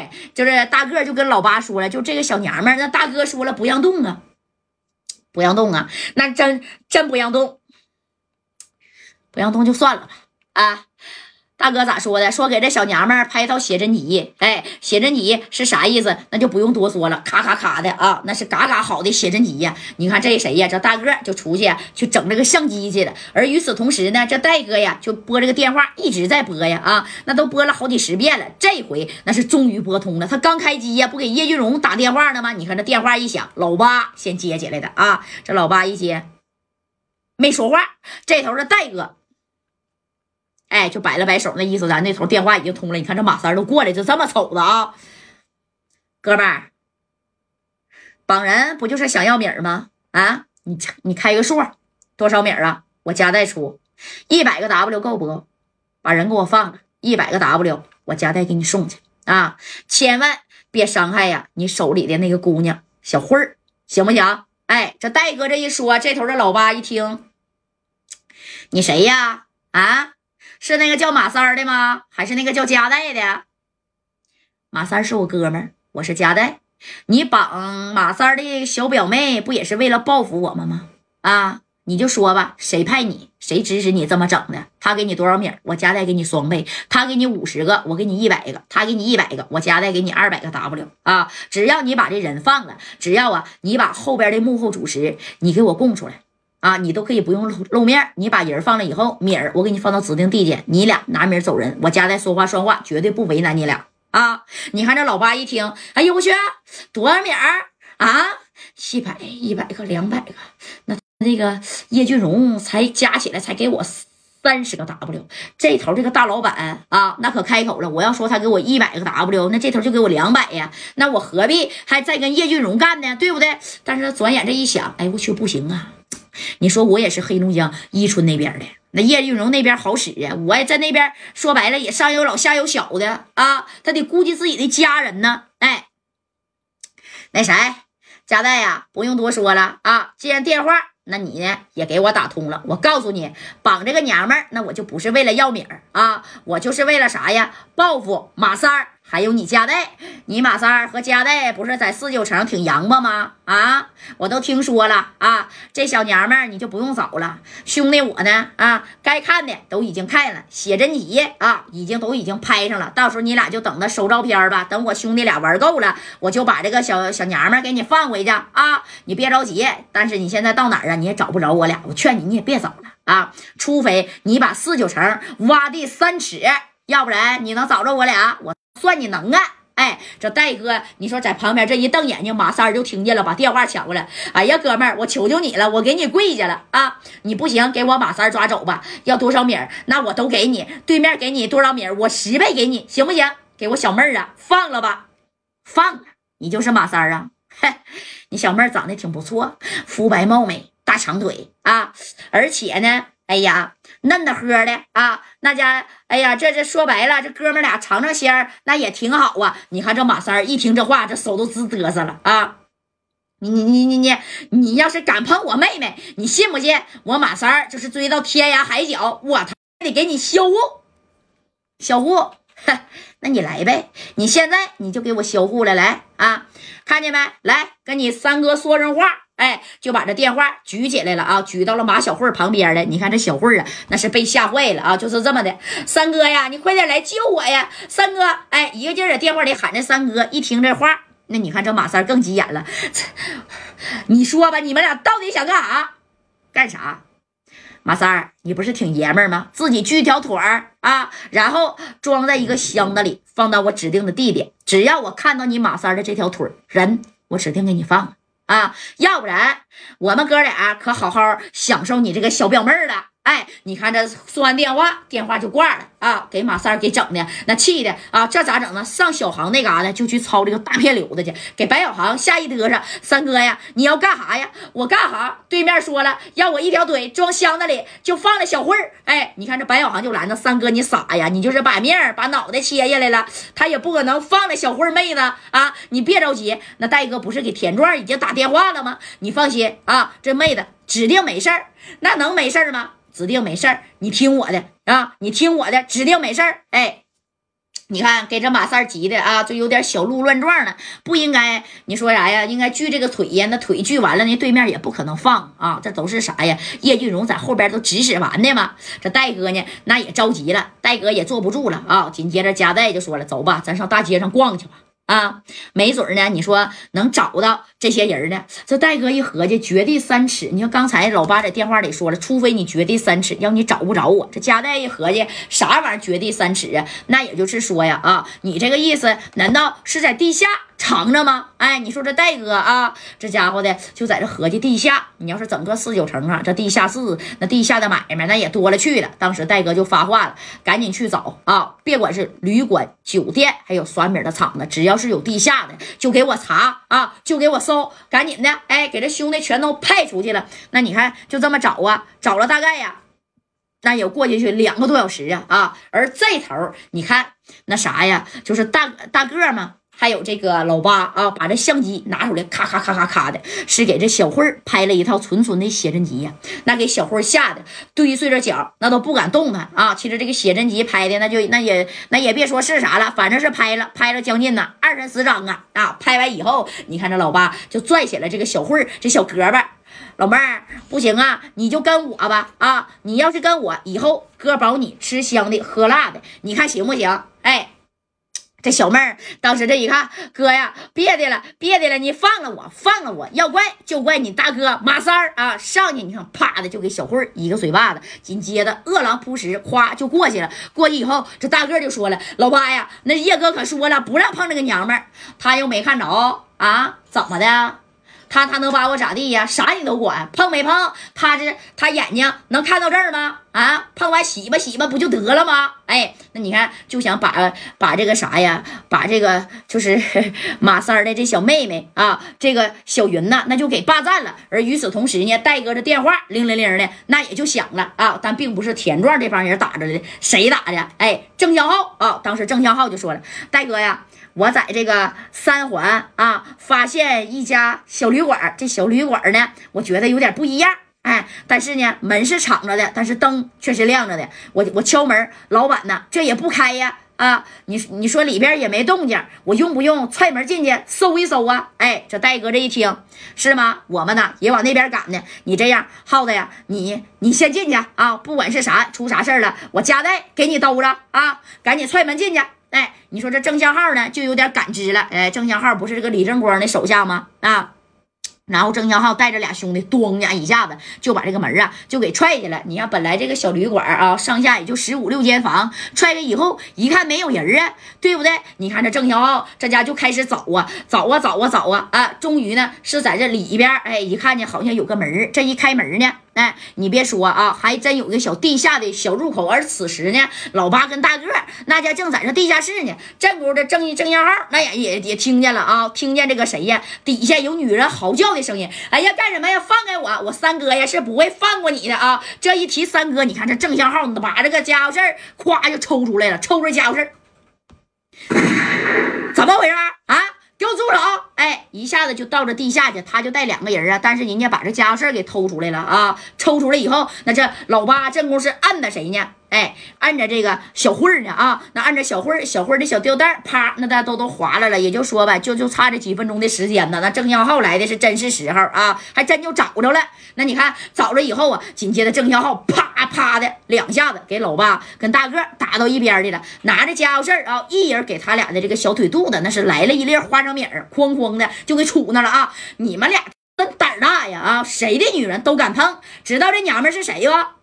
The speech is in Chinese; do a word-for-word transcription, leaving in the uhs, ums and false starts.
哎，就是大个就跟老八说了，就这个小娘们儿，那大哥说了不让动啊，不让动啊，那真真不让动，不让动就算了吧啊。大哥咋说的？说给这小娘们儿拍一套写真集，哎，写真集是啥意思？那就不用多说了，咔咔咔的啊，那是嘎嘎好的写真集呀。你看这谁呀？这大个就出去去整这个相机去了。而与此同时呢，这戴哥呀就拨这个电话一直在拨呀啊，那都拨了好几十遍了。这回那是终于拨通了，他刚开机呀，不给叶俊荣打电话呢吗？你看这电话一响，老八先接起来的啊，这老八一接没说话，这头的戴哥。哎，就摆了摆手，那意思咱那头电话已经通了。你看这马三都过来，就这么瞅着啊，哥们儿，绑人不就是想要米儿吗？啊，你你开个数，多少米儿啊？我加代出一百个 W 够不？把人给我放了，一百个 W 我加代给你送去啊！千万别伤害呀，你手里的那个姑娘小慧儿，行不行？哎，这戴哥这一说，这头的老八一听，你谁呀？啊？是那个叫马三的吗？还是那个叫加代的？马三是我哥们儿，我是加代。你绑马三的小表妹，不也是为了报复我们吗？啊，你就说吧，谁派你，谁指使你这么整的？他给你多少米，我加代给你双倍。他给你五十个，我给你一百个；他给你一百个，我加代给你二百个 W 啊！只要你把这人放了，只要啊，你把后边的幕后主使你给我供出来。啊，你都可以不用露露面，你把人放了以后，米儿我给你放到指定地点，你俩拿米儿走人，我家在说话算话，绝对不为难你俩啊！你看这老八一听，哎呦我去，多少米儿啊？一百、一百个、两百个，那那个叶俊荣才加起来才给我三十个 W， 这头这个大老板啊，那可开口了，我要说他给我一百个 W， 那这头就给我两百呀，那我何必还再跟叶俊荣干呢？对不对？但是他转眼这一想，哎我去，不行啊！你说我也是黑龙江伊春那边的，那叶俊荣那边好使啊，我也在那边说白了也上有老下有小的啊，他得顾及自己的家人呢。哎，那谁加代呀，不用多说了啊，既然电话那你呢也给我打通了，我告诉你，绑这个娘们儿，那我就不是为了要米儿啊，我就是为了啥呀？报复马三儿。还有你加代，你马三儿和加代不是在四九城挺洋巴吗？啊，我都听说了啊，这小娘们儿你就不用找了，兄弟我呢啊，该看的都已经看了，写真集啊已经都已经拍上了，到时候你俩就等着收照片吧，等我兄弟俩玩够了，我就把这个小小娘们儿给你放回去啊，你别着急，但是你现在到哪儿啊，你也找不着我俩，我劝你你也别找了啊，除非你把四九城挖地三尺，要不然你能找着我俩，我算你能干。哎，这戴哥你说在旁边这一瞪眼睛，马三就听见了，把电话抢过来，哎呀哥们儿，我求求你了，我给你跪下了啊，你不行给我马三抓走吧，要多少米儿那我都给你，对面给你多少米儿我十倍给你，行不行？给我小妹儿啊放了吧，放了，你就是马三啊？嘿，你小妹儿长得挺不错，肤白貌美，大长腿啊，而且呢哎呀，嫩的喝的啊，那家，哎呀，这这说白了，这哥们俩尝尝鲜儿，那也挺好啊。你看这马三一听这话，这手都直嘚瑟了啊！你你你你你你要是敢碰我妹妹，你信不信我马三就是追到天涯海角，我他得给你销户，销户。那你来呗，你现在你就给我销户了，来啊！看见没？来跟你三哥说声话。哎，就把这电话举起来了啊，举到了马小慧旁边的。你看这小慧啊，那是被吓坏了啊，就是这么的。三哥呀，你快点来救我呀！三哥，哎，一个劲儿在电话里喊着三哥。一听这话，那你看这马三更急眼了。你说吧，你们俩到底想干啥？干啥？马三儿，你不是挺爷们儿吗？自己锯条腿儿啊，然后装在一个箱子里，放到我指定的地点。只要我看到你马三儿的这条腿人，我指定给你放啊，要不然我们哥俩可好好享受你这个小表妹儿了。哎，你看这说完电话，电话就挂了啊，给马三给整的那气的啊，这咋整呢？上小航那嘎达就去抄这个大片柳子去，给白小航吓一嘚瑟。三哥呀，你要干啥呀？我干啥？对面说了，要我一条腿装箱子里，就放了小慧儿。哎，你看这白小航就拦着三哥，你傻呀？你就是把命把脑袋切下来了，他也不可能放了小慧儿妹子啊！你别着急，那戴哥不是给田壮已经打电话了吗？你放心啊，这妹子指定没事儿，那能没事儿吗？指定没事儿，你听我的啊！你听我的，指定没事儿。哎， 你看，给这马三急的啊，就有点小鹿乱撞了。不应该，你说啥呀？应该锯这个腿呀，那腿锯完了呢，对面也不可能放啊。这都是啥呀？叶俊荣在后边都指使完的嘛。这戴哥呢，那也着急了，戴哥也坐不住了啊。紧接着加代就说了：“走吧，咱上大街上逛去吧。”啊，没准呢，你说能找到这些人呢？这戴哥一合计，掘地三尺。你看刚才老八在电话里说了，除非你掘地三尺，要你找不着我。这加代一合计，啥玩意儿掘地三尺啊？那也就是说呀，啊，你这个意思，难道是在地下藏着吗？哎，你说这戴哥啊，这家伙的就在这合计地下。你要是整个四九城啊，这地下室那地下的买卖那也多了去了。当时戴哥就发话了，赶紧去找啊，别管是旅馆、酒店，还有酸米的厂子，只要是有地下的，就给我查啊，就给我搜，赶紧的，哎，给这兄弟全都派出去了。那你看，就这么找啊，找了大概呀，那有过去去两个多小时啊啊！而这头你看那啥呀，就是大大个嘛。还有这个老八啊，把这相机拿出来，咔咔咔咔咔的，是给这小慧拍了一套纯纯的写真集呀、啊。那给小慧吓得堆碎着脚，那都不敢动弹啊。其实这个写真集拍的，那就那也那也别说是啥了，反正是拍了，拍了将近呢二三十张啊啊！拍完以后，你看这老八就拽起了这个小慧这小胳膊，老妹儿不行啊，你就跟我吧啊！你要是跟我，以后哥保你吃香的喝辣的，你看行不行？哎。这小妹儿当时这一看，哥呀，别的了，别的了，你放了我，放了我，要怪就怪你大哥马三儿啊！上去你看，啪的就给小慧儿一个嘴巴子，紧接着饿狼扑食，咵就过去了。过去以后，这大个就说了：“老八呀，那叶哥可说了，不让碰这个娘们儿。”他又没看着啊，怎么的？他他能把我咋地呀？啥你都管，碰没碰？他这他眼睛能看到这儿吗？啊，碰完洗吧洗吧不就得了吗？哎，那你看就想把把这个啥呀，把这个就是马三的这小妹妹啊，这个小云呐，那就给霸占了。而与此同时呢，戴哥这电话铃铃铃的，那也就响了啊，但并不是田壮这帮人打着的，谁打的？哎，郑孝浩啊，当时郑孝浩就说了，戴哥呀。我在这个三环啊，发现一家小旅馆，这小旅馆呢，我觉得有点不一样，哎，但是呢，门是敞着的，但是灯却是亮着的。我我敲门，老板呢，这也不开呀，啊，你你说里边也没动静，我用不用踹门进去搜一搜啊？哎，这戴哥这一听是吗？我们呢也往那边赶呢。你这样，耗子呀，你你先进去啊，不管是啥出啥事儿了，我夹带给你兜着啊，赶紧踹门进去。哎，你说这郑孝浩呢，就有点感知了。哎，郑孝浩不是这个李正光的手下吗？啊，然后郑孝浩带着俩兄弟，咣呀一下子就把这个门啊就给踹下了。你看，本来这个小旅馆啊，上下也就十五六间房，踹开以后一看没有人啊，对不对？你看这郑孝浩这家就开始找啊，找啊找啊找啊啊，终于呢是在这里边，哎，一看见好像有个门，这一开门呢。哎，你别说啊，还真有个小地下的小入口。而此时呢，老八跟大个那家正在这地下室呢。这股的郑郑阳浩那也也也听见了啊，听见这个谁呀，底下有女人嚎叫的声音。哎呀，干什么呀？放开我！我三哥呀是不会放过你的啊！这一提三哥，你看这郑阳浩把这个家伙事儿咵就抽出来了，抽出家伙事儿，怎么回事啊？给我住手！哎，一下子就到这地下去，他就带两个人啊，但是人家把这家伙事儿给偷出来了啊！抽出来以后，那这老八正宫是按的谁呢？哎，按着这个小慧呢啊，那按着小慧，小慧的小吊带，啪，那大都都划来了。也就说吧，就就差这几分钟的时间呢。那郑孝浩来的是真是时候啊，还真就找着了。那你看找着以后啊，紧接着郑孝浩啪啪的两下子给老八跟大个打到一边去了，拿着家伙事儿啊，一人给他俩的这个小腿肚子，那是来了一粒花生米儿，哐哐的就给杵那了啊！你们俩真胆大呀啊！谁的女人都敢碰，知道这娘们是谁吧？